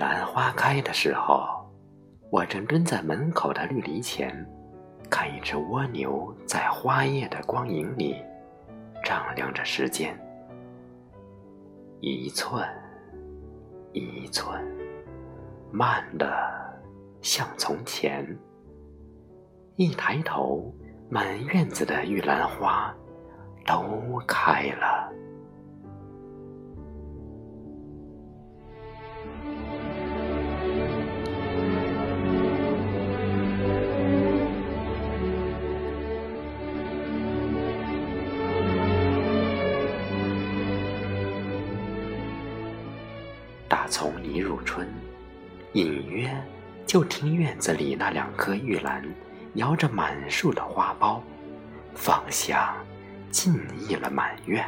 兰花开的时候，我正蹲在门口的绿篱前，看一只蜗牛在花叶的光影里丈量着时间，一寸一寸，慢得像从前。一抬头，满院子的玉兰花都开了。打从一入春，隐约就听院子里那2棵玉兰摇着满树的花苞，芳香浸溢了满院。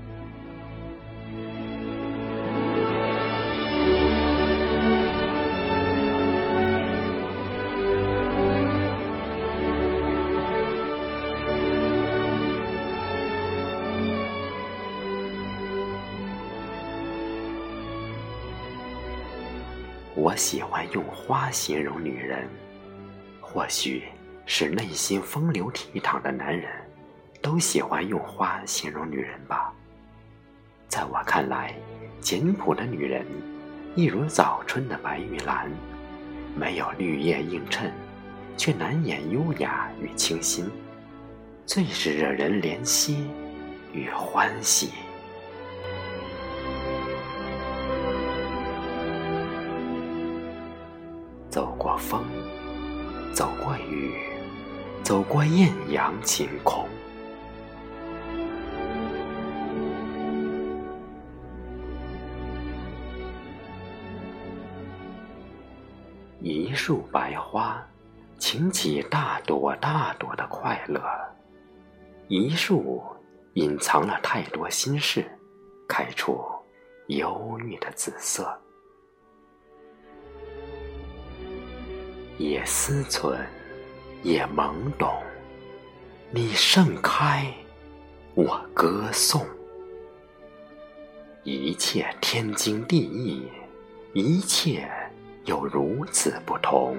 我喜欢用花形容女人，或许是内心风流倜傥的男人都喜欢用花形容女人吧。在我看来，简朴的女人一如早春的白玉兰，没有绿叶映衬，却难掩优雅与清新，最是惹人怜惜与欢喜。走过风，走过雨，走过艳阳晴空，一束白花，擎起大朵大朵的快乐；一束隐藏了太多心事，开出忧郁的紫色。也思忖，也懵懂，你盛开，我歌颂。一切天经地义，一切又如此不同。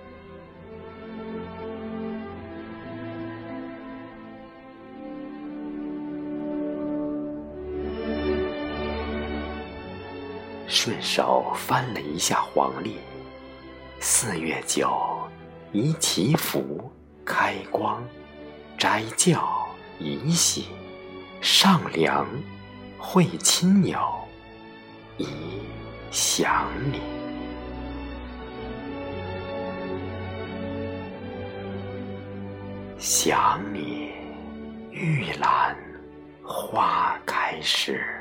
顺手翻了一下黄历，4月9宜祈福、开光、斋教、宜喜、上梁、会亲友、宜想你。想你，玉兰花开时。